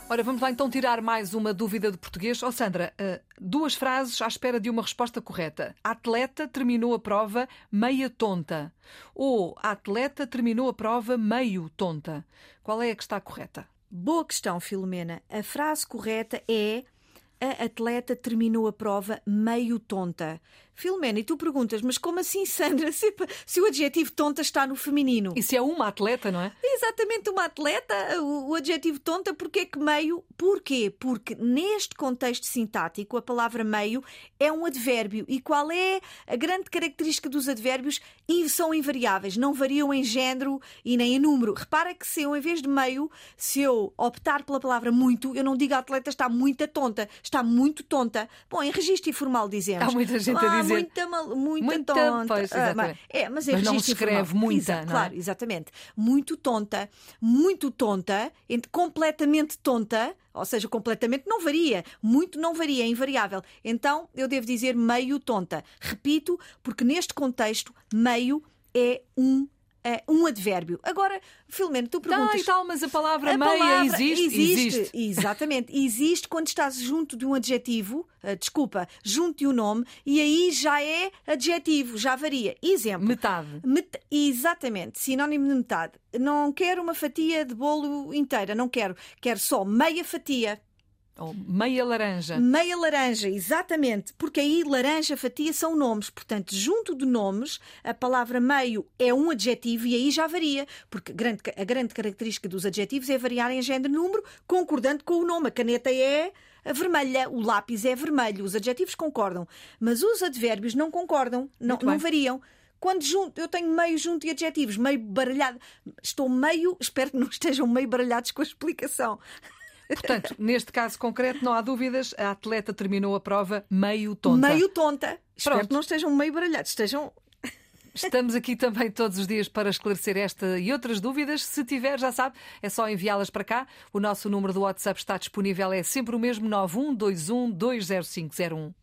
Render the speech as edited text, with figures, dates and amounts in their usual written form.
Ora, vamos lá então tirar mais uma dúvida de português. Oh, Sandra, duas frases à espera de uma resposta correta. A atleta terminou a prova meia tonta. Ou a atleta terminou a prova meio tonta. Qual é a que está correta? Boa questão, Filomena. A frase correta é: a atleta terminou a prova meio tonta. Filomena, e tu perguntas, mas como assim, Sandra? Se o adjetivo tonta está no feminino? E se é uma atleta, não é? Exatamente, uma atleta, o adjetivo tonta, porque é que meio? Porquê? Porque neste contexto sintático a palavra meio é um advérbio. E qual é a grande característica dos advérbios? São invariáveis, não variam em género e nem em número. Repara que se eu, em vez de meio, se eu optar pela palavra muito, eu não digo a atleta está muito tonta, está muito tonta. Bom, em registro informal dizemos. Há muita gente a dizer. Muita tonta. Pois, exatamente. Mas não se escreve informal. muita, não é? Claro, exatamente. Muito tonta, completamente tonta, ou seja, completamente não varia. Muito não varia, é invariável. Então, eu devo dizer meio tonta. Repito, porque neste contexto, meio é um advérbio. Agora, Filomena, tu perguntas... mas a palavra meia existe. Exatamente. Existe quando estás junto de um adjetivo, junto de um nome, e aí já é adjetivo, já varia. Exemplo. Metade. Exatamente. Sinónimo de metade. Não quero uma fatia de bolo inteira, não quero. Quero só meia fatia. Ou meia laranja. Meia laranja, exatamente, porque aí laranja, fatia são nomes. Portanto, junto de nomes, a palavra meio é um adjetivo e aí já varia, porque a grande característica dos adjetivos é variarem em género e número, concordando com o nome. A caneta é vermelha, o lápis é vermelho, os adjetivos concordam, mas os advérbios não concordam, não variam. Quando eu tenho meio junto e adjetivos, meio baralhado, espero que não estejam meio baralhados com a explicação. Portanto, neste caso concreto, não há dúvidas, a atleta terminou a prova meio tonta. Meio tonta. Espero que não estejam meio baralhados, Estamos aqui também todos os dias para esclarecer esta e outras dúvidas. Se tiver, já sabe, é só enviá-las para cá. O nosso número do WhatsApp está disponível, é sempre o mesmo, 9121 20501.